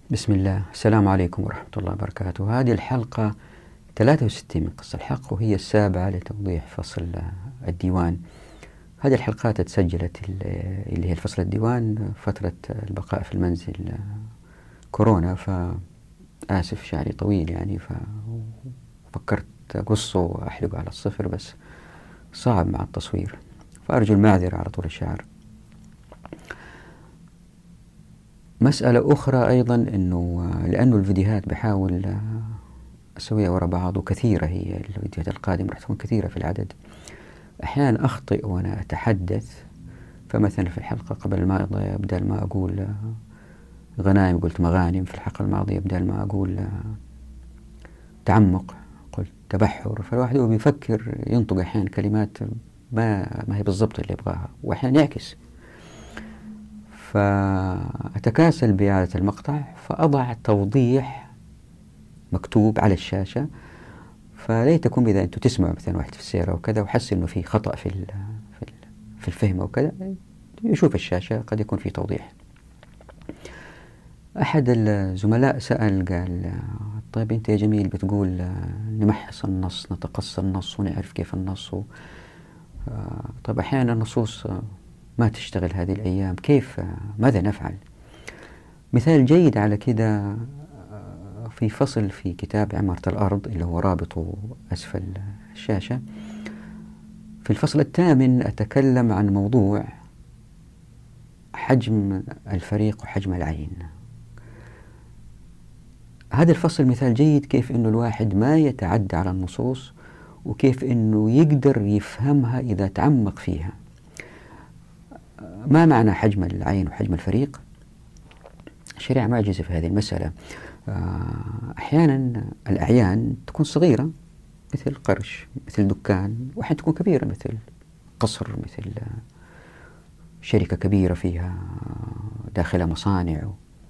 بسم الله، السلام عليكم ورحمة الله وبركاته. هذه الحلقة 63 من قصة الحق، وهي السابعة لتوضيح فصل الديوان. هذه الحلقات تسجلت اللي هي الفصل الديوان فترة البقاء في المنزل كورونا، فآسف شعري طويل يعني، ففكرت أقصه وأحلقه على الصفر، بس صعب مع التصوير، فأرجو المعذرة على طول الشعر. مسألة أخرى أيضا لأنه الفيديوهات بحاول أسويها وراء بعض، وكثيرة هي الفيديوهات القادمة راح تكون كثيرة في العدد. أحيانا أخطئ وأنا أتحدث، فمثلا في الحلقة قبل الماضية بدل ما أقول غنائم قلت مغانم، في الحلقة الماضية بدل ما أقول تعمق قلت تبحر، فالواحد هو بيفكر ينطق أحيانا كلمات ما هي بالضبط اللي يبغاها، وأحيانا يعكس، فأتكاسل بإعادة المقطع، فأضع توضيح مكتوب على الشاشة، فليتكم إذا أنتم تسمعوا مثلا واحد في السيارة وكذا وحس إنه في خطأ في الفهم أو كذا، يشوف الشاشة قد يكون في توضيح. أحد الزملاء سأل قال: طيب أنت يا جميل بتقول نمحص النص، نتقصى النص ونعرف كيف النص، طيب أحيانا النصوص ما تشتغل هذه الأيام، كيف ماذا نفعل؟ مثال جيد على كده في فصل في كتاب عمارة الأرض اللي هو رابطه أسفل الشاشة. في الفصل الثامن أتكلم عن موضوع حجم الفريق وحجم العين. هذا الفصل مثال جيد كيف إنه الواحد ما يتعدى على النصوص، وكيف إنه يقدر يفهمها إذا تعمق فيها. ما معنى حجم العين وحجم الفريق؟ الشريعة معجزة في هذه المسألة. أحيانا الأعيان تكون صغيرة مثل قرش، مثل دكان، وأحيانا تكون كبيرة مثل قصر، مثل شركة كبيرة فيها داخلها مصانع.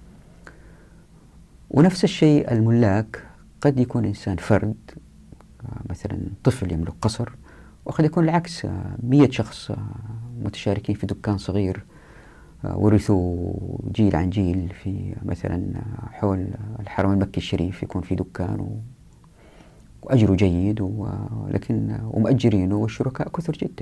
ونفس الشيء الملاك، قد يكون إنسان فرد، مثلا طفل يملك قصر، وقد يكون العكس 100 شخص متشاركين في دكان صغير ورثوا جيل عن جيل في مثلا حول الحرم المكي الشريف، يكون في دكان وأجره جيد ومؤجرينه والشركاء كثر جدا.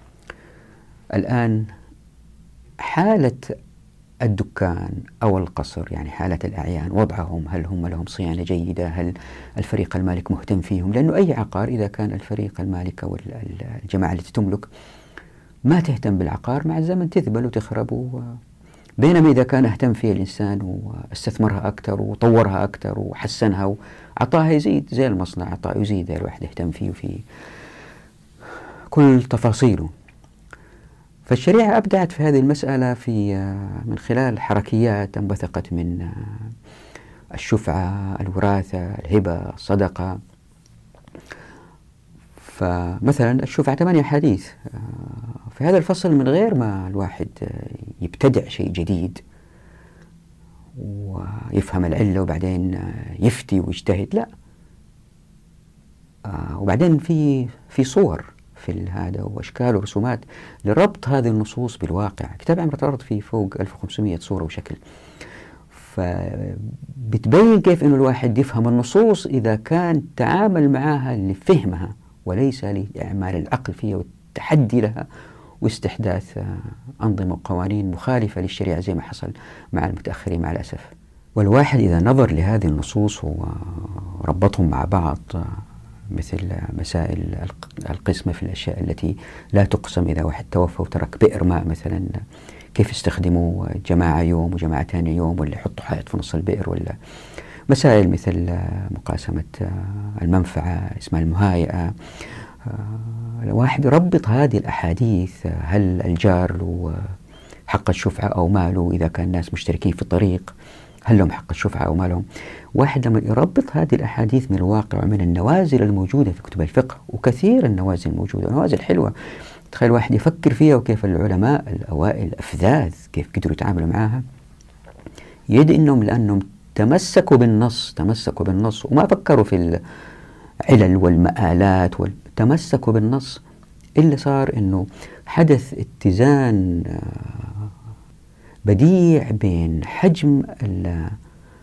الآن حالة الدكان أو القصر، يعني حالة الأعيان، وضعهم، هل هم لهم صيانة جيدة؟ هل الفريق المالك مهتم فيهم؟ لأنه أي عقار إذا كان الفريق المالك أو الجماعة التي تملك ما تهتم بالعقار، مع الزمن تذبل وتخرب. بينما إذا كان اهتم فيها الإنسان واستثمرها أكثر وطورها أكثر وحسنها وعطاها يزيد، زي المصنع عطاء يزيد، الواحد يهتم فيه وفي كل تفاصيله. فالشريعة أبدعت في هذه المسألة من خلال حركيات انبثقت من الشفعة، الوراثة، الهبة، الصدقة. فمثلا الشفعة 8 حديث في هذا الفصل، من غير ما الواحد يبتدع شيء جديد ويفهم العلة وبعدين يفتي ويجتهد، لا. وبعدين في صور في هذا وأشكال ورسومات لربط هذه النصوص بالواقع. كتاب عمارة الأرض فيه فوق 1500 صورة وشكل، فبتبين كيف إنه الواحد يفهم النصوص إذا كان تعامل معها لفهمها وليس لإعمال العقل فيها والتحدي لها واستحداث أنظمة وقوانين مخالفة للشريعة زي ما حصل مع المتأخرين مع الأسف. والواحد إذا نظر لهذه النصوص وربطهم مع بعض، مثل مسائل القسمة في الأشياء التي لا تقسم، إذا واحد توفى وترك بئر ماء مثلا، كيف يستخدموا جماعة يوم وجماعة ثاني يوم، ولا يحطوا حائط في نص البئر، ولا مسائل مثل مقاسمة المنفعة اسمها المهايئة. الواحد يربط هذه الأحاديث، هل الجار له حق الشفعة أو ما له؟ إذا كان الناس مشتركين في الطريق هل لهم حق الشفعة أو ما لهم؟ واحد لما يربط هذه الأحاديث من الواقع ومن النوازل الموجودة في كتب الفقه، وكثير النوازل الموجودة، نوازل حلوة، تخيل واحد يفكر فيها، وكيف العلماء الأوائل الأفذاذ كيف قدروا يتعاملوا معها، يد إنهم لأنهم تمسكوا بالنص وما فكروا في العلل والمآلات، تمسكوا بالنص. اللي صار إنه حدث اتزان بديع بين حجم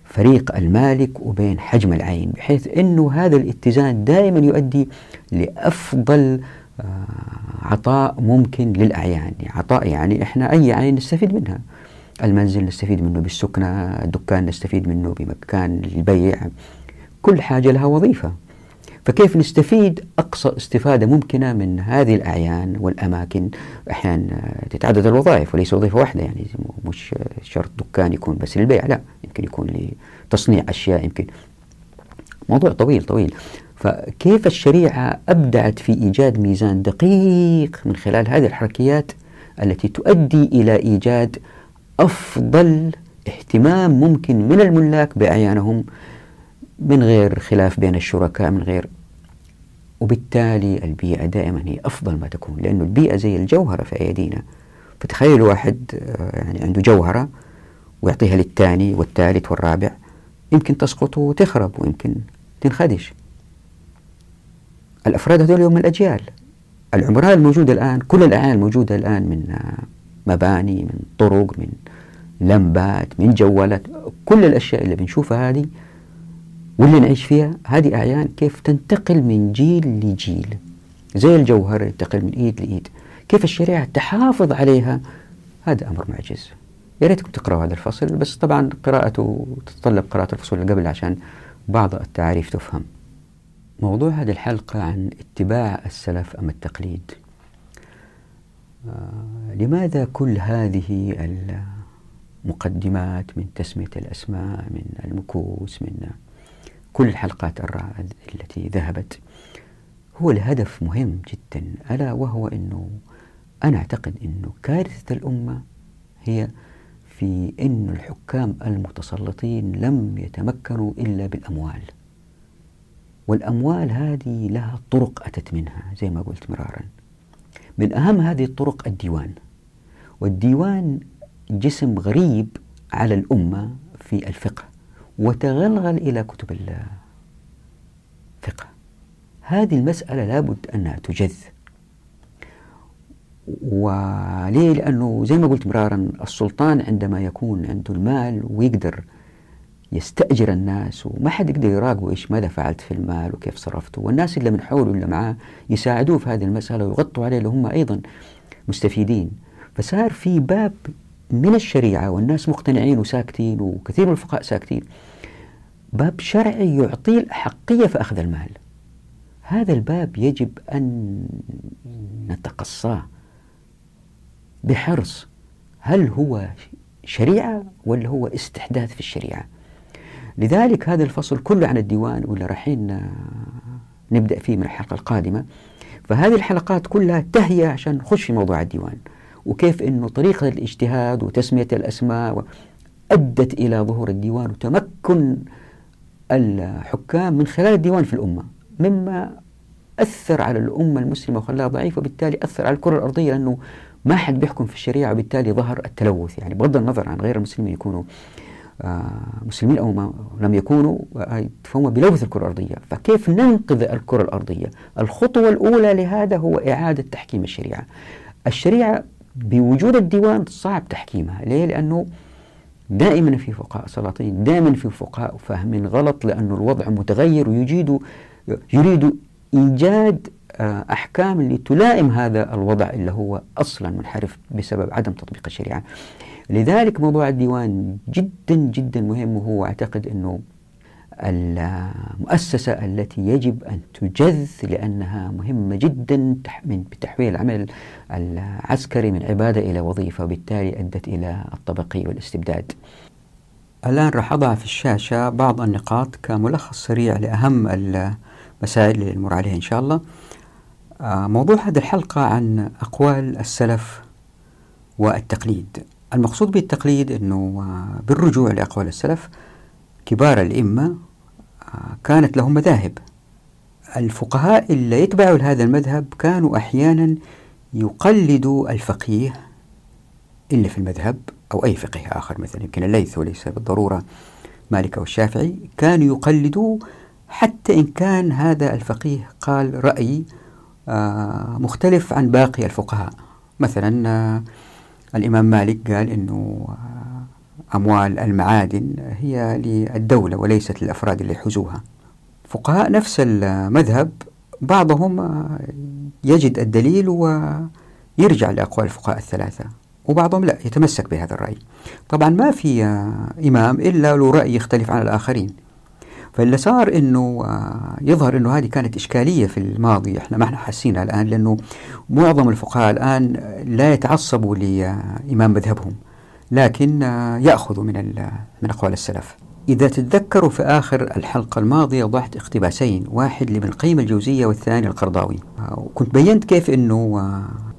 فريق المالك وبين حجم العين، بحيث أنه هذا الاتزان دائما يؤدي لأفضل عطاء ممكن للأعيان. عطاء يعني إحنا أي عين نستفيد منها، المنزل نستفيد منه بالسكنة، الدكان نستفيد منه بمكان البيع، كل حاجة لها وظيفة. فكيف نستفيد أقصى استفادة ممكنة من هذه الأعيان والأماكن؟ أحيانا تتعدد الوظائف وليس وظيفة واحدة، يعني مش شرط دكان يكون بس للبيع، لا، يمكن يكون لتصنيع أشياء، يمكن موضوع طويل. فكيف الشريعة أبدعت في إيجاد ميزان دقيق من خلال هذه الحركيات التي تؤدي إلى إيجاد أفضل اهتمام ممكن من الملاك بأعيانهم، من غير خلاف بين الشركاء، من غير، وبالتالي البيئة دائما هي أفضل ما تكون، لأنه البيئة زي الجوهرة في أيدينا. فتخيل واحد يعني عنده جوهرة ويعطيها للثاني والثالث والرابع، يمكن تسقط وتخرب ويمكن تنخدش. الأفراد هذول يوم من الأجيال، العمران الموجودة الآن، كل الأعيان الموجودة الآن من مباني، من طرق، من لمبات، من جوالات، كل الأشياء اللي بنشوفها هذه واللي نعيش فيها، هذه أعيان كيف تنتقل من جيل لجيل، زي الجوهر ينتقل من إيد لإيد. كيف الشريعة تحافظ عليها؟ هذا أمر معجز. يا ريتكم تقرأوا هذا الفصل، بس طبعا قراءته تتطلب قراءة الفصول اللي قبل عشان بعض التعريف تفهم. موضوع هذه الحلقة عن اتباع السلف أم التقليد. لماذا كل هذه المقدمات من تسمية الأسماء، من المكوس، من كل الحلقات التي ذهبت؟ هو الهدف مهم جدا، ألا وهو أنه أنا أعتقد أنه كارثة الأمة هي في أن الحكام المتسلطين لم يتمكنوا إلا بالأموال، والأموال هذه لها طرق أتت منها زي ما قلت مرارا. من أهم هذه الطرق الديوان، والديوان جسم غريب على الأمة في الفقه، وتغلغل إلى كتب الفقه. هذه المسألة لابد أنها تجذ. وليه؟ لأنه زي ما قلت مرارا، السلطان عندما يكون عنده المال ويقدر يستأجر الناس وما حد يقدر يراقبه إيش ماذا فعلت في المال وكيف صرفته، والناس اللي من حوله اللي معاه يساعدوه في هذه المسألة ويغطوا عليه لهم أيضا مستفيدين. فصار في باب من الشريعة والناس مقتنعين وساكتين، وكثير من الفقهاء ساكتين، باب شرعي يعطيه الأحقية في أخذ المال. هذا الباب يجب أن نتقصاه بحرص. هل هو شريعة ولا هو استحداث في الشريعة؟ لذلك هذا الفصل كله عن الديوان، واللي رايحين نبدأ فيه من الحلقة القادمة. فهذه الحلقات كلها تهيئة عشان نخش في موضوع الديوان، وكيف أنه طريقة الاجتهاد وتسمية الأسماء أدت إلى ظهور الديوان وتمكن الحكام من خلال الديوان في الأمة، مما أثر على الأمة المسلمة وخلاها ضعيفة، وبالتالي أثر على الكرة الأرضية، لأنه ما حد بيحكم في الشريعة، وبالتالي ظهر التلوث. يعني بغض النظر عن غير المسلمين يكونوا مسلمين أو ما لم يكونوا، فهم بيلوث الكرة الأرضية. فكيف ننقذ الكرة الأرضية؟ الخطوة الأولى لهذا هو إعادة تحكيم الشريعة. الشريعة بوجود الديوان صعب تحكيمها. ليه؟ لأنه دائما في فقهاء سلاطين، دائما في فقهاء فاهمين غلط، لأنه الوضع متغير يريد إيجاد أحكام اللي تلائم هذا الوضع اللي هو أصلا منحرف بسبب عدم تطبيق الشريعة. لذلك موضوع الديوان جدا جدا مهم، وهو أعتقد أنه المؤسسة التي يجب أن تجذ، لأنها مهمة جدا بتحويل العمل العسكري من عبادة إلى وظيفة، وبالتالي أدت إلى الطبقية والاستبداد. الآن راح أضع في الشاشة بعض النقاط كملخص سريع لأهم المسائل اللي نمر عليها إن شاء الله. موضوع هذه الحلقة عن أقوال السلف والتقليد. المقصود بالتقليد أنه بالرجوع لأقوال السلف، كبار الأئمة كانت لهم مذاهب. الفقهاء اللي يتبعوا هذا المذهب كانوا أحيانا يقلدوا الفقيه اللي في المذهب أو أي فقيه آخر، مثلا يمكن الليث وليس بالضرورة مالك أو الشافعي، كانوا يقلدوا حتى إن كان هذا الفقيه قال رأي مختلف عن باقي الفقهاء. مثلا الإمام مالك قال إنه أموال المعادن هي للدولة وليست للأفراد اللي يحوزوها. فقهاء نفس المذهب بعضهم يجد الدليل ويرجع لأقوال الفقهاء الثلاثة، وبعضهم لا، يتمسك بهذا الرأي. طبعا ما في إمام إلا له رأي يختلف عن الآخرين. فاللي صار أنه يظهر أنه هذه كانت إشكالية في الماضي، إحنا ما احنا حاسينها الآن، لأنه معظم الفقهاء الآن لا يتعصبوا لإمام مذهبهم، لكن يأخذوا من أقوال السلف. إذا تتذكروا في آخر الحلقة الماضية وضعت اقتباسين، واحد لابن القيم الجوزية والثاني القرضاوي، وكنت بينت كيف أنه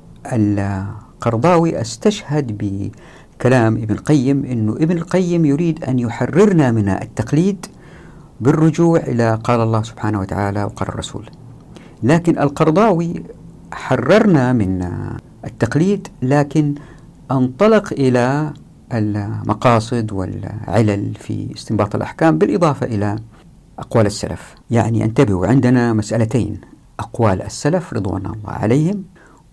القرضاوي استشهد بكلام ابن القيم، أنه ابن القيم يريد أن يحررنا من التقليد بالرجوع إلى قال الله سبحانه وتعالى وقال الرسول. لكن القرضاوي حررنا من التقليد، لكن انطلق إلى المقاصد والعلل في استنباط الأحكام بالإضافة إلى أقوال السلف. يعني انتبهوا، عندنا مسألتين: أقوال السلف رضوان الله عليهم،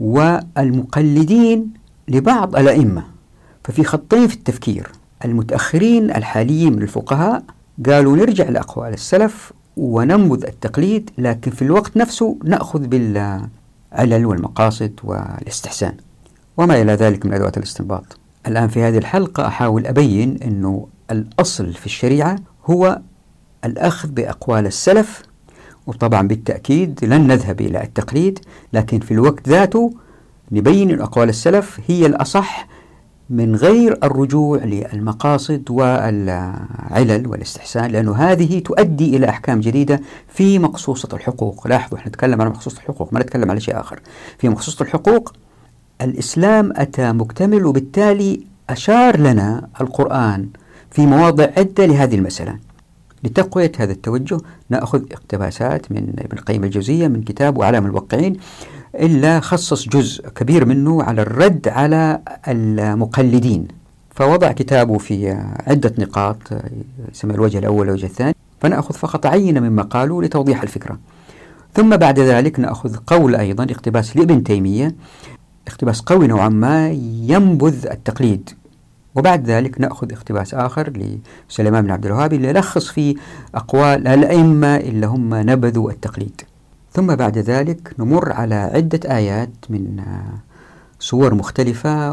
والمقلدين لبعض الأئمة. ففي خطين في التفكير. المتأخرين الحاليين من الفقهاء قالوا نرجع لأقوال السلف وننبذ التقليد، لكن في الوقت نفسه نأخذ بالعلل والمقاصد والاستحسان وما إلى ذلك من أدوات الاستنباط. الآن في هذه الحلقة أحاول أبين أنه الأصل في الشريعة هو الأخذ بأقوال السلف، وطبعا بالتأكيد لن نذهب إلى التقليد، لكن في الوقت ذاته نبين أن أقوال السلف هي الأصح من غير الرجوع للمقاصد والعلل والاستحسان، لأنه هذه تؤدي إلى أحكام جديدة في مقصوصة الحقوق. لاحظوا، احنا نتكلم عن مقصوصة الحقوق، ما نتكلم على شيء آخر. في مقصوصة الحقوق الإسلام أتى مكتمل، وبالتالي أشار لنا القرآن في مواضع عدة لهذه المسألة. لتقوية هذا التوجه نأخذ اقتباسات من ابن القيم الجوزية من كتاب أعلام الموقعين، إلا خصص جزء كبير منه على الرد على المقلدين، فوضع كتابه في عدة نقاط يسمى الوجه الأول والوجه الثاني، فنأخذ فقط عينة مما قالوا لتوضيح الفكرة. ثم بعد ذلك نأخذ قول أيضا اقتباس لابن تيمية، اقتباس قوي نوعا ما ينبذ التقليد. وبعد ذلك نأخذ اقتباس آخر لسليمان بن عبد الوهاب اللي يلخص فيه أقوال الأئمة اللي هم نبذوا التقليد. ثم بعد ذلك نمر على عدة آيات من صور مختلفة،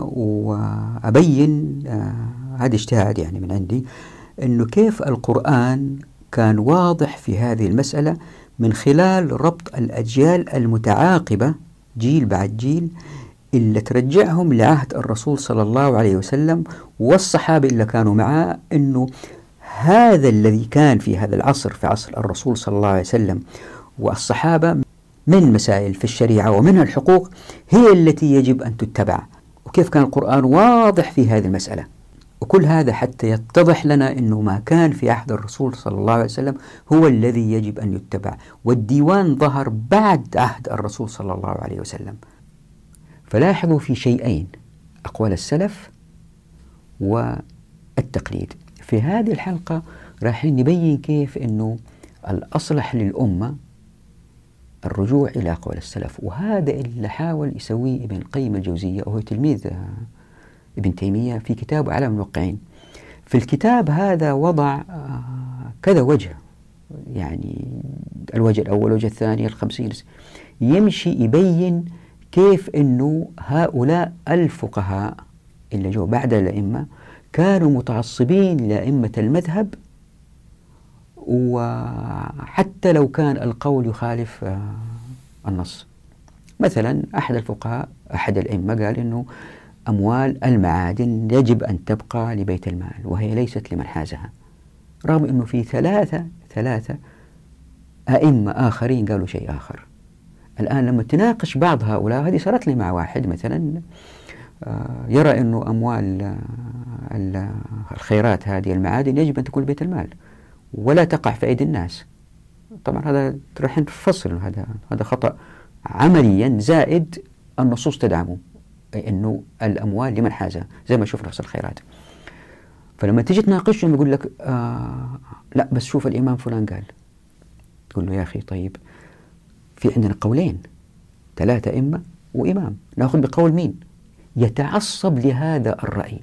وأبين هذا اجتهاد يعني من عندي، أنه كيف القرآن كان واضح في هذه المسألة من خلال ربط الأجيال المتعاقبة جيل بعد جيل، اللي ترجعهم لعهد الرسول صلى الله عليه وسلم والصحابة اللي كانوا معه، أنه هذا الذي كان في هذا العصر، في عصر الرسول صلى الله عليه وسلم والصحابة، من مسائل في الشريعة ومنها الحقوق، هي التي يجب أن تتبع. وكيف كان القرآن واضح في هذه المسألة. وكل هذا حتى يتضح لنا أنه ما كان في عهد الرسول صلى الله عليه وسلم هو الذي يجب أن يتبع، والديوان ظهر بعد عهد الرسول صلى الله عليه وسلم. فلاحظوا في شيئين: أقوال السلف والتقليد. في هذه الحلقة راح نبين كيف أنه الأصلح للأمة الرجوع إلى أقوال السلف، وهذا اللي حاول يسويه ابن القيم الجوزية وهو تلميذ ابن تيمية في كتاب أعلام الموقعين. في الكتاب هذا وضع كذا وجه، يعني الوجه الأول والوجه الثاني 50، يمشي يبين كيف أنه هؤلاء الفقهاء اللي جو بعد الأئمة كانوا متعصبين لأئمة المذهب، وحتى لو كان القول يخالف النص. مثلا أحد الفقهاء أحد الأئمة قال أنه أموال المعادن يجب أن تبقى لبيت المال وهي ليست لمن حازها، رغم أنه في ثلاثة أئمة آخرين قالوا شيء آخر. الآن لما تناقش بعض هؤلاء، هذه صارت لي مع واحد مثلا يرى أنه أموال الخيرات هذه المعادن يجب أن تكون لبيت المال ولا تقع في أيدي الناس. طبعا هذا راح نفصل، هذا خطأ عمليا، زائد النصوص تدعمه، أي أنه الأموال لمن حازها زي ما شوف نفس الخيرات. فلما تيجي تناقشهم يقول لك لا بس شوف الإمام فلان قال، تقول له يا أخي طيب في عندنا قولين، 3 أئمة وإمام، نأخذ بقول مين؟ يتعصب لهذا الرأي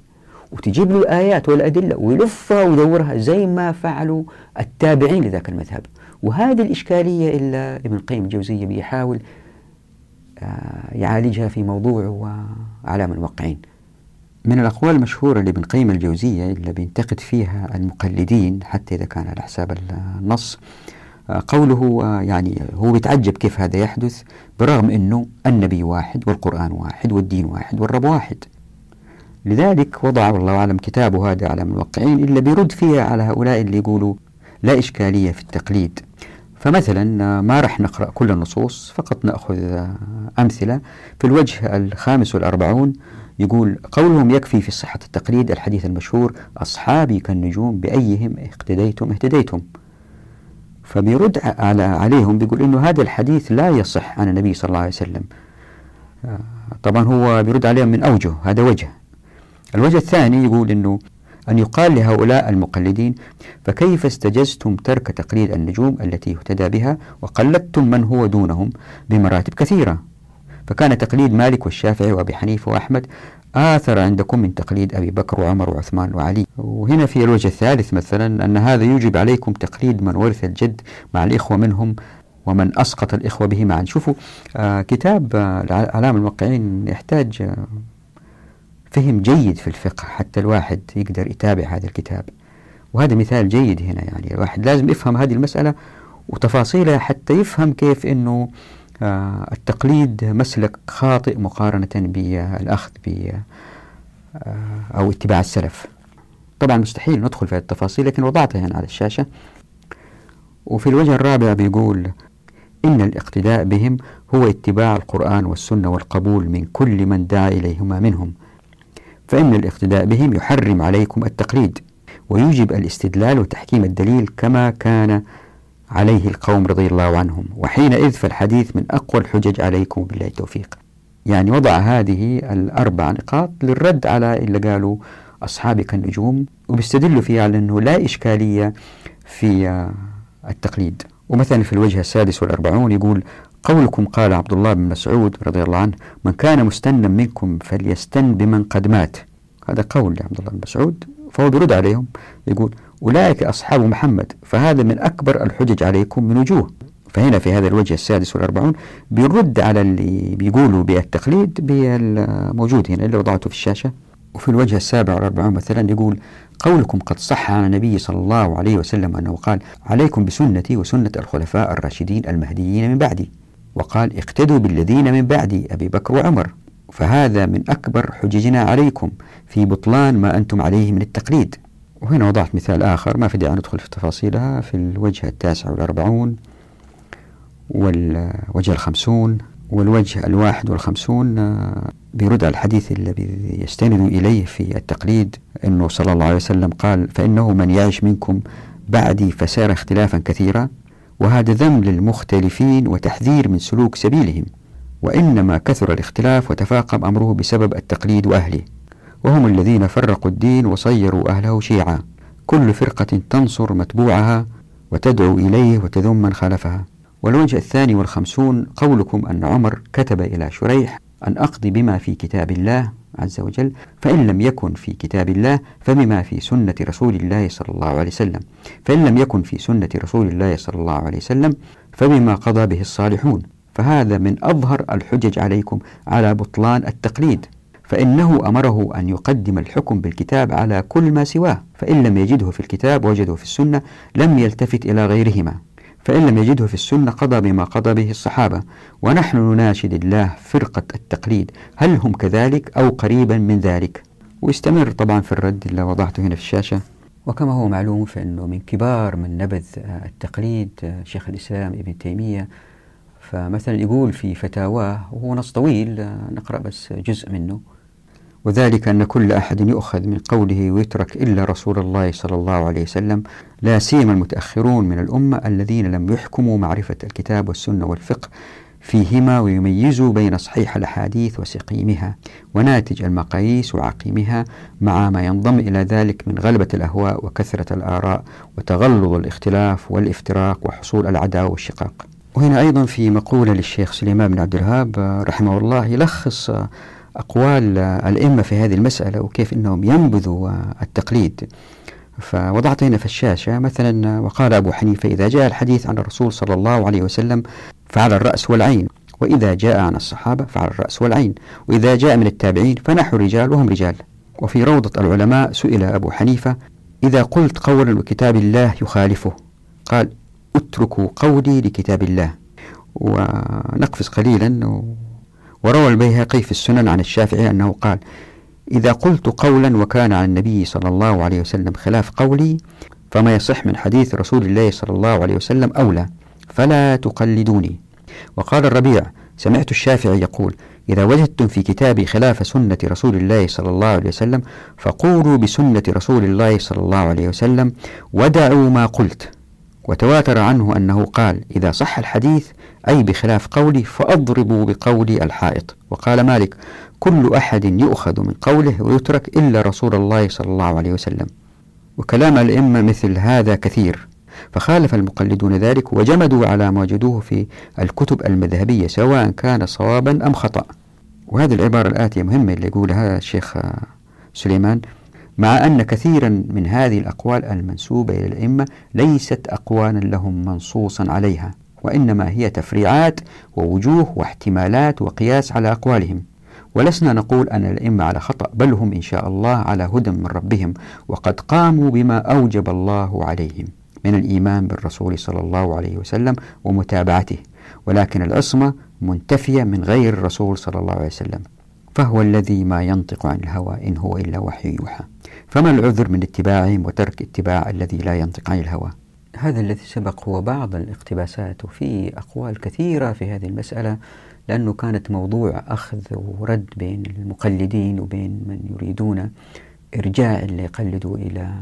وتجيب له الآيات والأدلة ويلفها ويدورها زي ما فعلوا التابعين لذاك المذهب. وهذه الإشكالية إلا ابن القيم الجوزية بيحاول يعالجها في موضوع وأعلام الموقعين. من الأقوال المشهورة لابن قيم الجوزية اللي بينتقد فيها المقلدين حتى إذا كان على حساب النص، قوله يعني هو بيتعجب كيف هذا يحدث برغم أنه النبي واحد والقرآن واحد والدين واحد والرب واحد. لذلك وضع والله أعلم كتابه هذا أعلام الموقعين اللي بيرد فيها على هؤلاء اللي يقولوا لا إشكالية في التقليد. فمثلا ما رح نقرأ كل النصوص، فقط نأخذ أمثلة. في الوجه 45 يقول قولهم يكفي في صحة التقليد الحديث المشهور أصحابي كالنجوم بأيهم اقتديتم اهتديتم. فبيرد عليهم بيقول إنه هذا الحديث لا يصح عن النبي صلى الله عليه وسلم. طبعا هو بيرد عليهم من أوجه، هذا وجه. الوجه الثاني يقول إنه أن يقال لهؤلاء المقلدين فكيف استجزتم ترك تقليد النجوم التي يهتدى بها وقلدتم من هو دونهم بمراتب كثيرة، فكان تقليد مالك والشافعي وأبي حنيفة وأحمد آثر عندكم من تقليد أبي بكر وعمر وعثمان وعلي. وهنا في الوجه الثالث مثلا أن هذا يوجب عليكم تقليد من ورث الجد مع الإخوة منهم ومن أسقط الإخوة به معا. شوفوا كتاب أعلام الموقعين يحتاج فهم جيد في الفقه حتى الواحد يقدر يتابع هذا الكتاب، وهذا مثال جيد هنا. يعني الواحد لازم يفهم هذه المسألة وتفاصيلها حتى يفهم كيف أنه التقليد مسلك خاطئ مقارنة بالأخذ أو اتباع السلف. طبعا مستحيل ندخل في التفاصيل لكن وضعتها هنا على الشاشة. وفي الوجه الرابع بيقول إن الاقتداء بهم هو اتباع القرآن والسنة والقبول من كل من دعا إليهما منهم، فإن الاقتداء بهم يحرم عليكم التقليد ويوجب الاستدلال وتحكيم الدليل كما كان عليه القوم رضي الله عنهم، وحينئذ فالحديث من أقوى الحجج عليكم بالله التوفيق. يعني وضع هذه 4 نقاط للرد على اللي قالوا أصحابي كالنجوم، وبيستدلوا فيها على أنه لا إشكالية في التقليد. ومثلا في الوجه 46 يقول قولكم قال عبد الله بن مسعود رضي الله عنه من كان مستنا منكم فليستن بمن قد مات. هذا قول لعبد الله بن مسعود، فهو بيرد عليهم يقول أولئك أصحاب محمد، فهذا من أكبر الحجج عليكم من وجوه. فهنا في هذا الوجه 46 بيرد على اللي بيقولوا بالتقليد بالموجود هنا اللي وضعته في الشاشة. وفي الوجه 47 مثلا يقول قولكم قد صح عن النبي صلى الله عليه وسلم أنه قال عليكم بسنتي وسنة الخلفاء الراشدين المهديين من بعدي، وقال اقتدوا بالذين من بعدي أبي بكر وعمر، فهذا من أكبر حججنا عليكم في بطلان ما أنتم عليه من التقليد. وهنا وضعت مثال آخر ما في داعي ندخل في تفاصيلها في الوجه 49 والوجه 50 والوجه 51 بيرد على الحديث الذي يستند إليه في التقليد أنه صلى الله عليه وسلم قال فإنه من يعيش منكم بعدي فسار اختلافا كثيرا، وهذا ذم للمختلفين وتحذير من سلوك سبيلهم، وإنما كثر الاختلاف وتفاقم أمره بسبب التقليد وأهله، وهم الذين فرقوا الدين وصيروا أهله شيعا، كل فرقة تنصر متبوعها وتدعو إليه وتذم من خالفها. والوجه 52 قولكم أن عمر كتب إلى شريح أن أقضي بما في كتاب الله عز وجل، فإن لم يكن في كتاب الله فبما في سنة رسول الله صلى الله عليه وسلم، فإن لم يكن في سنة رسول الله صلى الله عليه وسلم فبما قضى به الصالحون، فهذا من أظهر الحجج عليكم على بطلان التقليد، فإنه أمره أن يقدم الحكم بالكتاب على كل ما سواه، فإن لم يجده في الكتاب وجده في السنة لم يلتفت إلى غيرهما، فإن لم يجده في السنة قضى بما قضى به الصحابة. ونحن نناشد الله فرقة التقليد هل هم كذلك أو قريبا من ذلك. ويستمر طبعا في الرد اللي وضعته هنا في الشاشة. وكما هو معلوم فإنه من كبار من نبذ التقليد شيخ الإسلام ابن تيمية، فمثلا يقول في فتاواه وهو نص طويل نقرأ بس جزء منه، وذلك أن كل أحد يؤخذ من قوله ويترك إلا رسول الله صلى الله عليه وسلم، لا سيما المتأخرون من الأمة الذين لم يحكموا معرفة الكتاب والسنة والفقه فيهما ويميزوا بين صحيح الأحاديث وسقيمها وناتج المقاييس وعقيمها، مع ما ينضم إلى ذلك من غلبة الأهواء وكثرة الآراء وتغلظ الاختلاف والافتراق وحصول العداوة والشقاق. وهنا أيضا في مقولة للشيخ سليمان بن عبد الوهاب رحمه الله يلخص أقوال الأئمة في هذه المسألة وكيف أنهم ينبذوا التقليد. فوضعت هنا في الشاشة مثلا: وقال أبو حنيفة: إذا جاء الحديث عن الرسول صلى الله عليه وسلم فعلى الرأس والعين، وإذا جاء عن الصحابة فعلى الرأس والعين، وإذا جاء من التابعين فنحن رجال وهم رجال. وفي روضة العلماء سئل أبو حنيفة: إذا قلت قولا وكتاب الله يخالفه، قال: اتركوا قولي لكتاب الله. ونقفز قليلا. وروى البيهقي في السنن عن الشافعي أنه قال: إذا قلت قولا وكان عن النبي صلى الله عليه وسلم خلاف قولي فما يصح من حديث رسول الله صلى الله عليه وسلم أولى، فلا تقلدوني. وقال الربيع: سمعت الشافعي يقول: إذا وجدتم في كتابي خلاف سنة رسول الله صلى الله عليه وسلم فقولوا بسنة رسول الله صلى الله عليه وسلم ودعوا ما قلت. وتواتر عنه أنه قال: إذا صح الحديث أي بخلاف قولي فأضربوا بقولي الحائط. وقال مالك: كل أحد يؤخذ من قوله ويترك إلا رسول الله صلى الله عليه وسلم. وكلام الأئمة مثل هذا كثير، فخالف المقلدون ذلك وجمدوا على ما وجدوه في الكتب المذهبية سواء كان صوابا أم خطأ. وهذه العبارة الآتية مهمة اللي يقولها الشيخ سليمان: مع أن كثيرا من هذه الأقوال المنسوبة إلى الأئمة ليست أقوالا لهم منصوصا عليها، وإنما هي تفريعات ووجوه واحتمالات وقياس على أقوالهم. ولسنا نقول أن الأئمة على خطأ، بل هم إن شاء الله على هدى من ربهم، وقد قاموا بما أوجب الله عليهم من الإيمان بالرسول صلى الله عليه وسلم ومتابعته، ولكن العصمة منتفية من غير الرسول صلى الله عليه وسلم، فهو الذي ما ينطق عن الهوى إن هو إلا وحي يوحى. فما العذر من اتباعهم وترك اتباع الذي لا ينطق عن الهوى؟ هذا الذي سبق هو بعض الاقتباسات، وفي أقوال كثيرة في هذه المسألة، لأنه كانت موضوع أخذ ورد بين المقلدين وبين من يريدون إرجاع اللي يقلدوا إلى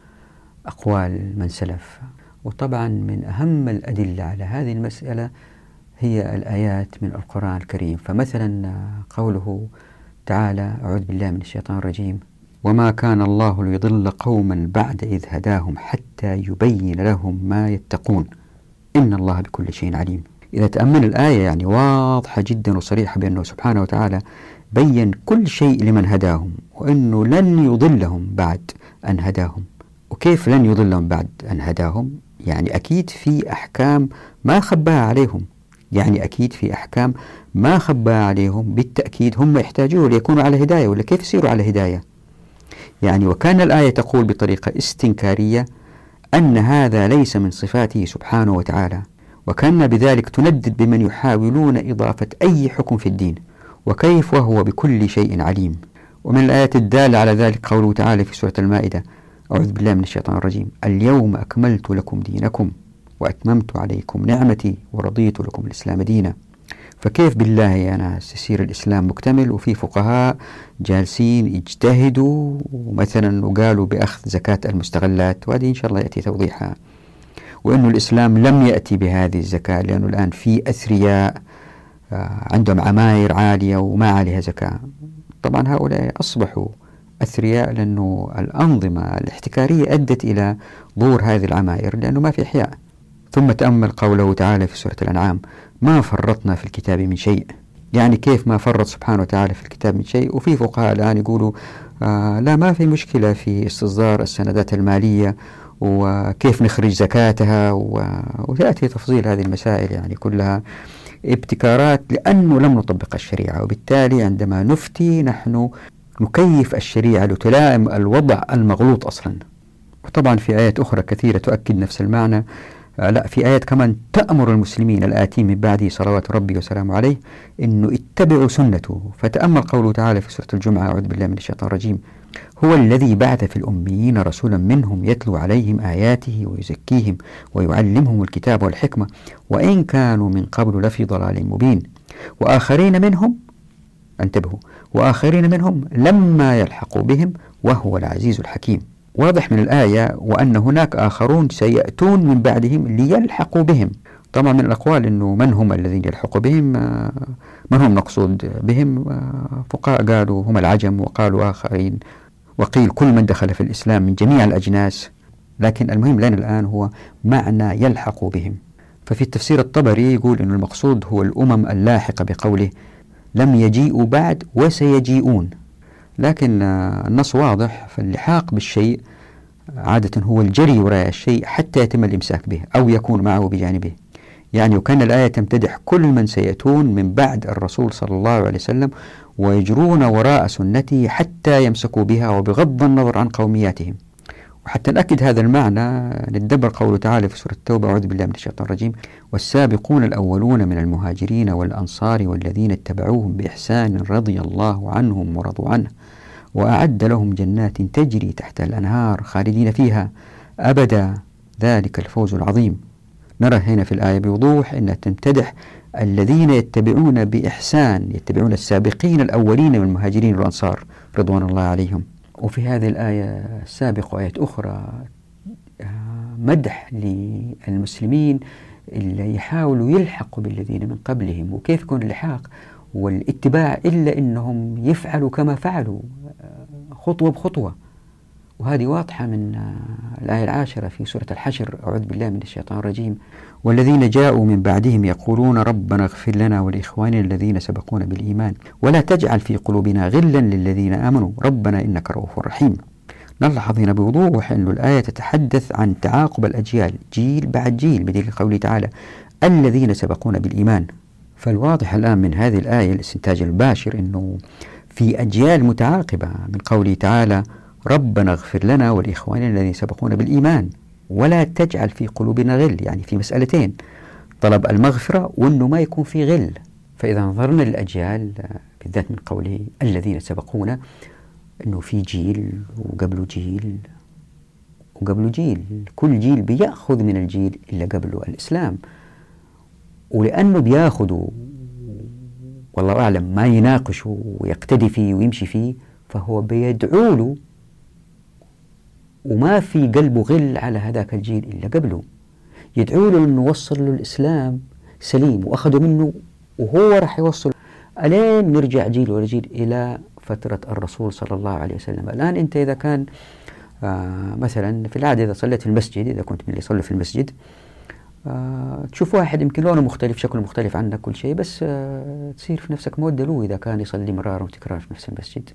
أقوال من سلف. وطبعا من أهم الأدلة على هذه المسألة هي الآيات من القرآن الكريم. فمثلا قوله تعالى: أعوذ بالله من الشيطان الرجيم: وما كان الله ليضل قوما بعد إذ هداهم حتى يبين لهم ما يتقون إن الله بكل شيء عليم. إذا تأمل الآية يعني واضحة جدا وصريحة بأنه سبحانه وتعالى بين كل شيء لمن هداهم، وأنه لن يضلهم بعد أن هداهم. وكيف لن يضلهم بعد أن هداهم؟ يعني أكيد في أحكام ما خباها عليهم، يعني أكيد في أحكام ما خباها عليهم بالتأكيد هم يحتاجون ليكونوا على هداية، ولا كيف يصيروا على هداية؟ يعني وكان الآية تقول بطريقة استنكارية أن هذا ليس من صفاته سبحانه وتعالى، وكان بذلك تندد بمن يحاولون إضافة أي حكم في الدين، وكيف وهو بكل شيء عليم. ومن الآيات الدالة على ذلك قوله تعالى في سورة المائدة: أعوذ بالله من الشيطان الرجيم: اليوم أكملت لكم دينكم وأتممت عليكم نعمتي ورضيت لكم الإسلام دينا. فكيف بالله يا ناس يصير الإسلام مكتمل وفي فقهاء جالسين يجتهدوا ومثلا وقالوا بأخذ زكاة المستغلات، وهذه إن شاء الله يأتي توضيحها، وأنه الإسلام لم يأتي بهذه الزكاة لأنه الآن في أثرياء عندهم عماير عالية وما عليها زكاة. طبعا هؤلاء أصبحوا أثرياء لأنه الأنظمة الاحتكارية أدت إلى ظهور هذه العماير لأنه ما في إحياء. ثم تأمل قوله تعالى في سورة الأنعام: ما فرطنا في الكتاب من شيء. يعني كيف ما فرط سبحانه وتعالى في الكتاب من شيء؟ وفي فقهاء الآن يقولوا لا ما في مشكلة في استصدار السندات المالية وكيف نخرج زكاتها وتأتي تفصيل هذه المسائل، يعني كلها ابتكارات لأنه لم نطبق الشريعة، وبالتالي عندما نفتي نحن نكيف الشريعة لتلائم الوضع المغلوط أصلا. وطبعا في آيات أخرى كثيرة تؤكد نفس المعنى. لا، في آيات كمان تأمر المسلمين الآتين من بعده صلوات ربي وسلامه عليه إنه اتبعوا سنته. فتأمل قوله تعالى في سورة الجمعة: أعوذ بالله من الشيطان الرجيم: هو الذي بعث في الأميين رسولا منهم يتلو عليهم آياته ويزكيهم ويعلمهم الكتاب والحكمة وإن كانوا من قبل لفي ضلال مبين وآخرين منهم، انتبهوا، وآخرين منهم لما يلحقوا بهم وهو العزيز الحكيم. واضح من الآية وأن هناك آخرون سيأتون من بعدهم ليلحقوا بهم. طبعا من الأقوال أنه من هم الذين يلحقوا بهم، من هم نقصود بهم؟ فقهاء قالوا هم العجم، وقالوا آخرين، وقيل كل من دخل في الإسلام من جميع الأجناس. لكن المهم لنا الآن هو معنى يلحقوا بهم. ففي التفسير الطبري يقول أن المقصود هو الأمم اللاحقة بقوله لم يجيئوا بعد وسيجيئون. لكن النص واضح، فاللحاق بالشيء عادة هو الجري وراء الشيء حتى يتم الإمساك به أو يكون معه بجانبه. يعني وكان الآية تمتدح كل من سيأتون من بعد الرسول صلى الله عليه وسلم ويجرون وراء سنته حتى يمسكوا بها وبغض النظر عن قومياتهم. وحتى نأكد هذا المعنى نتدبر قوله تعالى في سورة التوبة: أعوذ بالله من الشيطان الرجيم: والسابقون الأولون من المهاجرين والأنصار والذين اتبعوهم بإحسان رضي الله عنهم ورضوا عنه وأعد لهم جنات تجري تحت الأنهار خالدين فيها أبدا ذلك الفوز العظيم. نرى هنا في الآية بوضوح أنها تمتدح الذين يتبعون بإحسان، يتبعون السابقين الأولين من المهاجرين والأنصار رضوان الله عليهم. وفي هذه الآية السابقة وآيات أخرى مدح للمسلمين اللي يحاولوا يلحقوا بالذين من قبلهم. وكيف يكون اللحاق والاتباع إلا أنهم يفعلوا كما فعلوا خطوة بخطوة. وهذه واضحة من الآية 10 في سورة الحشر: أعوذ بالله من الشيطان الرجيم: والذين جاءوا من بعدهم يقولون ربنا اغفر لنا ولإخواننا الذين سبقونا بالإيمان ولا تجعل في قلوبنا غلا للذين آمنوا ربنا إنك رؤوف رحيم. نلاحظ هنا بوضوح أن الآية تتحدث عن تعاقب الأجيال جيل بعد جيل بدليل قوله تعالى: الذين سبقونا بالإيمان. فالواضح الآن من هذه الآية الاستنتاج الباشر أنه في أجيال متعاقبة من قوله تعالى: ربنا اغفر لنا ولإخواننا الذين سبقونا بالإيمان ولا تجعل في قلوبنا غل. يعني في مسألتين: طلب المغفرة وأنه ما يكون في غل. فإذا نظرنا للأجيال بالذات من قوله الذين سبقونا، أنه في جيل وقبله جيل وقبله جيل، كل جيل بيأخذ من الجيل اللي قبله الإسلام. ولأنه بياخذوا والله أعلم ما يناقشه ويقتدي فيه ويمشي فيه، فهو بيدعو له وما في قلبه غل على هذاك الجيل إلا قبله، يدعو له أنه وصل له الإسلام سليم وأخذوا منه وهو راح يوصل ألين نرجع جيل ورا جيل إلى فترة الرسول صلى الله عليه وسلم. الآن أنت إذا كان مثلا في العادة إذا صليت في المسجد، إذا كنت من اللي يصلي في المسجد، تشوف واحد يمكن لونه مختلف شكله مختلف عنك كل شيء، بس تصير في نفسك مودة له إذا كان يصلي مرارا وتكرار في نفس المسجد،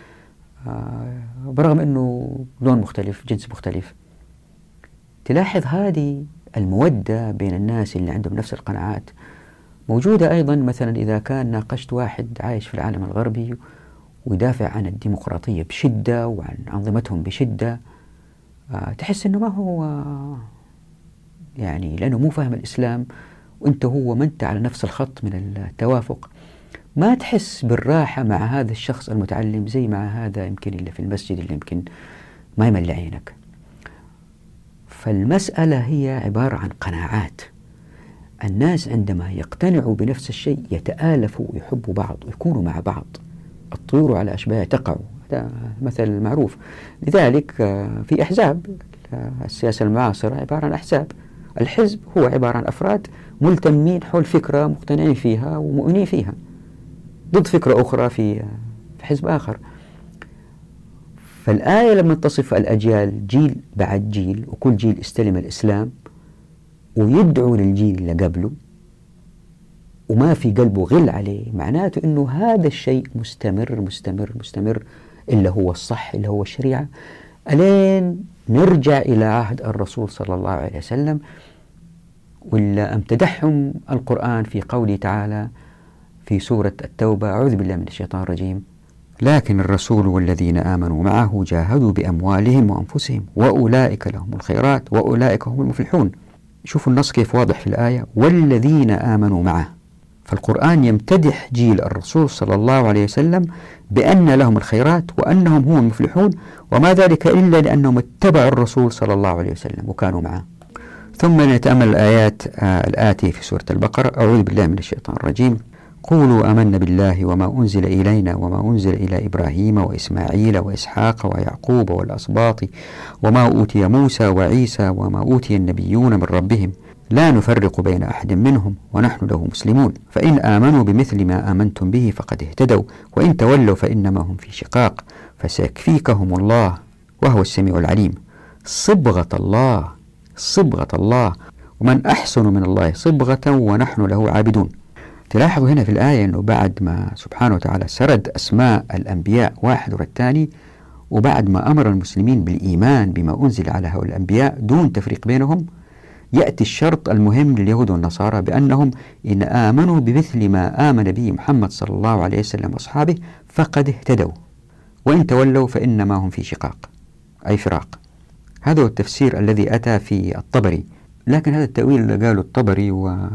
برغم أنه لون مختلف جنس مختلف. تلاحظ هذه المودة بين الناس اللي عندهم نفس القناعات موجودة أيضا. مثلا إذا كان ناقشت واحد عايش في العالم الغربي ويدافع عن الديمقراطية بشدة وعن أنظمتهم بشدة، تحس أنه ما هو يعني لأنه مو فاهم الإسلام وأنت هو ما أنت على نفس الخط من التوافق، ما تحس بالراحة مع هذا الشخص المتعلم زي مع هذا يمكن اللي في المسجد اللي يمكن ما يملي عينك. فالمسألة هي عبارة عن قناعات. الناس عندما يقتنعوا بنفس الشيء يتآلفوا ويحبوا بعض ويكونوا مع بعض. الطيور على أشباه تقع، هذا مثل معروف. لذلك في أحزاب، السياسة المعاصرة عبارة عن أحزاب. الحزب هو عبارة عن أفراد ملتمين حول فكرة مقتنعين فيها ومؤمنين فيها ضد فكرة أخرى في حزب آخر. فالآية لما تصف الأجيال جيل بعد جيل وكل جيل استلم الإسلام ويدعو للجيل اللي قبله وما في قلبه غل عليه، معناته أنه هذا الشيء مستمر مستمر مستمر، اللي هو الصح اللي هو الشريعة، ألين نرجع إلى عهد الرسول صلى الله عليه وسلم. ولا امتدحهم القرآن في قوله تعالى في سورة التوبة: أعوذ بالله من الشيطان الرجيم: لكن الرسول والذين آمنوا معه جاهدوا بأموالهم وأنفسهم وأولئك لهم الخيرات وأولئك هم المفلحون. شوفوا النص كيف واضح في الآية: والذين آمنوا معه. فالقرآن يمتدح جيل الرسول صلى الله عليه وسلم بأن لهم الخيرات وأنهم هم المفلحون، وما ذلك إلا لأنهم اتبعوا الرسول صلى الله عليه وسلم وكانوا معه. ثم نتأمل الآيات الآتية في سورة البقرة: أعوذ بالله من الشيطان الرجيم: قولوا آمنا بالله وما أنزل إلينا وما أنزل إلى إبراهيم وإسماعيل وإسحاق ويعقوب والأسباط وما أوتي موسى وعيسى وما أوتي النبيون من ربهم لا نفرق بين أحد منهم ونحن له مسلمون فإن آمنوا بمثل ما آمنتم به فقد اهتدوا وإن تولوا فإنما هم في شقاق فسيكفيكهم الله وهو السميع العليم. صبغة الله، صبغة الله، ومن أحسن من الله صبغة ونحن له عابدون. تلاحظوا هنا في الآية أنه بعد ما سبحانه وتعالى سرد أسماء الأنبياء واحد ورا الثاني، وبعد ما أمر المسلمين بالإيمان بما أنزل على هؤلاء الأنبياء دون تفريق بينهم، يأتي الشرط المهم لليهود والنصارى بأنهم إن آمنوا بمثل ما آمن به محمد صلى الله عليه وسلم وأصحابه فقد اهتدوا، وإن تولوا فإنما هم في شقاق أي فراق. هذا هو التفسير الذي أتى في الطبري، لكن هذا التأويل اللي قاله الطبري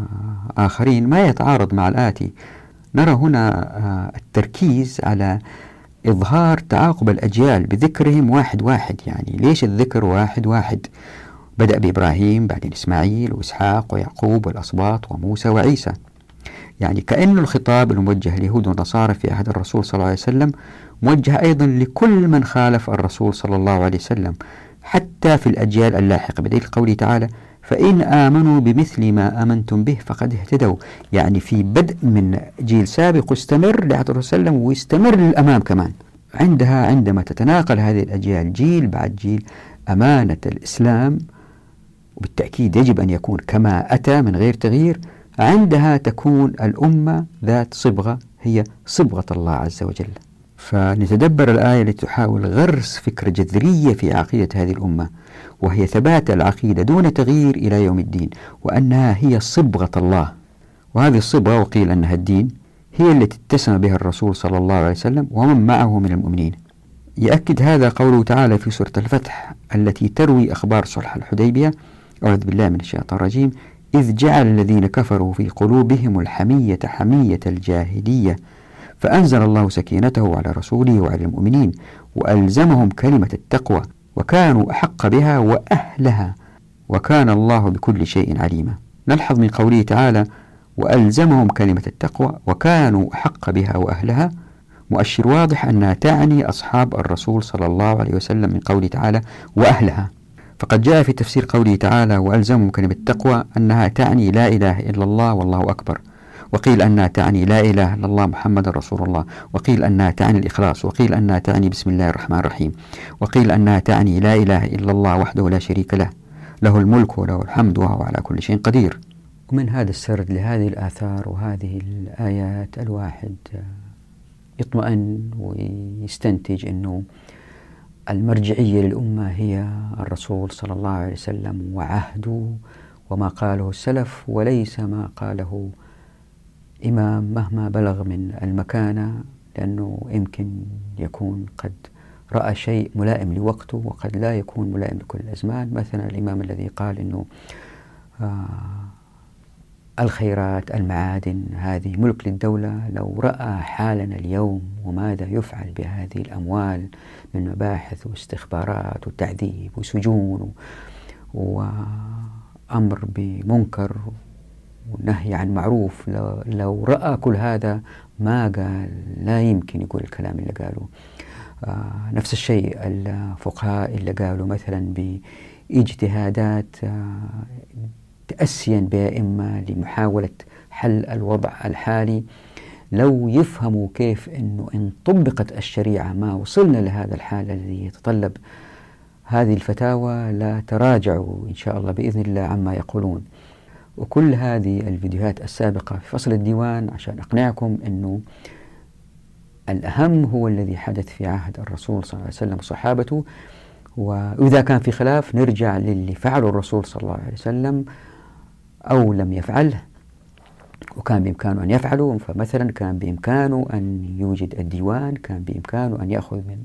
وآخرين ما يتعارض مع الآتي. نرى هنا التركيز على إظهار تعاقب الأجيال بذكرهم واحد واحد. يعني ليش الذكر واحد واحد؟ بدأ بإبراهيم، بعدين إسماعيل وإسحاق ويعقوب والأسباط وموسى وعيسى. يعني كأن الخطاب الموجه لليهود والنصارى في عهد الرسول صلى الله عليه وسلم موجه أيضا لكل من خالف الرسول صلى الله عليه وسلم حتى في الأجيال اللاحقة، بدليل قوله تعالى فإن آمنوا بمثل ما آمنتم به فقد اهتدوا. يعني في بدء من جيل سابق واستمر لعهد الرسول صلى الله عليه وسلم ويستمر للأمام كمان. عندما تتناقل هذه الأجيال جيل بعد جيل أمانة الإسلام، وبالتأكيد يجب أن يكون كما أتى من غير تغيير، عندها تكون الأمة ذات صبغة هي صبغة الله عز وجل. فنتدبر الآية التي تحاول غرس فكرة جذرية في عقيدة هذه الأمة، وهي ثبات العقيدة دون تغيير إلى يوم الدين، وأنها هي صبغة الله. وهذه الصبغة وقيل أنها الدين هي التي اتسم بها الرسول صلى الله عليه وسلم ومن معه من المؤمنين. يأكد هذا قوله تعالى في سورة الفتح التي تروي أخبار صلح الحديبية: أعوذ بالله من الشيطان الرجيم: إذ جعل الذين كفروا في قلوبهم الحمية حمية الجاهلية فأنزل الله سكينته على رسوله وعلى المؤمنين وألزمهم كلمة التقوى وكانوا أحق بها وأهلها وكان الله بكل شيء عليما. نلحظ من قوله تعالى وألزمهم كلمة التقوى وكانوا أحق بها وأهلها مؤشر واضح أنها تعني أصحاب الرسول صلى الله عليه وسلم من قوله تعالى وأهلها. فقد جاء في تفسير قوله تعالى وألزمهم كلمة التقوى أنها تعني لا إله إلا الله والله أكبر، وقيل أنها تعني لا إله إلا الله محمد رسول الله، وقيل أنها تعني الإخلاص، وقيل أنها تعني بسم الله الرحمن الرحيم، وقيل أنها تعني لا إله إلا الله وحده لا شريك له، له الملك وله الحمد وهو على كل شيء قدير. ومن هذا السرد لهذه الآثار وهذه الآيات الواحد يطمئن ويستنتج أنه المرجعية للأمة هي الرسول صلى الله عليه وسلم وعهده وما قاله السلف، وليس ما قاله إمام مهما بلغ من المكانة، لأنه يمكن يكون قد رأى شيء ملائم لوقته وقد لا يكون ملائم لكل الأزمان. مثلا الإمام الذي قال أنه الخيرات المعادن هذه ملك للدولة، لو رأى حالنا اليوم وماذا يفعل بهذه الأموال من مباحث واستخبارات وتعذيب وسجون وأمر بمنكر ونهي عن معروف، لو رأى كل هذا ما قال، لا يمكن يقول الكلام اللي قاله. نفس الشيء الفقهاء اللي قالوا مثلا باجتهادات تأسيا بها إما لمحاولة حل الوضع الحالي، لو يفهموا كيف أنه إن طبقت الشريعة ما وصلنا لهذا الحال الذي يتطلب هذه الفتاوى لا تراجعوا إن شاء الله بإذن الله عما يقولون. وكل هذه الفيديوهات السابقة في فصل الديوان عشان أقنعكم أنه الأهم هو الذي حدث في عهد الرسول صلى الله عليه وسلم وصحابته، وإذا كان في خلاف نرجع للي فعله الرسول صلى الله عليه وسلم أو لم يفعله وكان بإمكانه أن يفعله. فمثلا كان بإمكانه أن يوجد الديوان، كان بإمكانه أن يأخذ من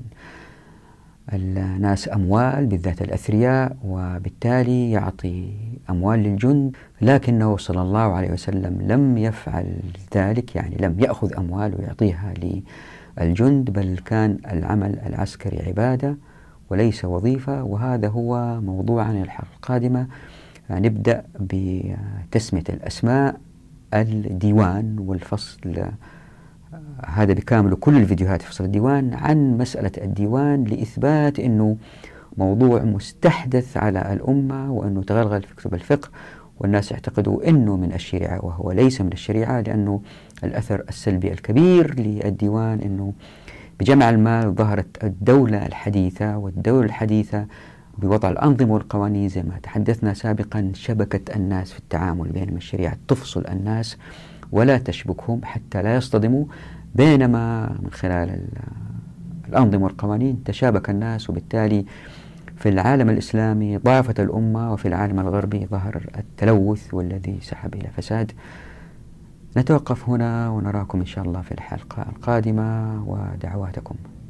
الناس أموال بالذات الأثرياء وبالتالي يعطي أموال للجند، لكنه صلى الله عليه وسلم لم يفعل ذلك، يعني لم يأخذ أموال ويعطيها للجند، بل كان العمل العسكري عبادة وليس وظيفة. وهذا هو موضوعنا الحلقة القادمة. نبدأ بتسمية الأسماء الديوان والفصل هذا بكامل كل الفيديوهات في فصل الديوان عن مسألة الديوان لإثبات أنه موضوع مستحدث على الأمة وأنه تغلغل في كتب الفقه، والناس يعتقدوا أنه من الشريعة وهو ليس من الشريعة، لأنه الأثر السلبي الكبير للديوان أنه بجمع المال ظهرت الدولة الحديثة، والدولة الحديثة بوضع الأنظمة والقوانين زي ما تحدثنا سابقا شبكت الناس في التعامل بينهم. الشريعة تفصل الناس ولا تشبكهم حتى لا يصطدموا، بينما من خلال الأنظمة والقوانين تشابك الناس، وبالتالي في العالم الإسلامي ضعفت الأمة، وفي العالم الغربي ظهر التلوث والذي سحب إلى فساد. نتوقف هنا ونراكم إن شاء الله في الحلقة القادمة، ودعواتكم.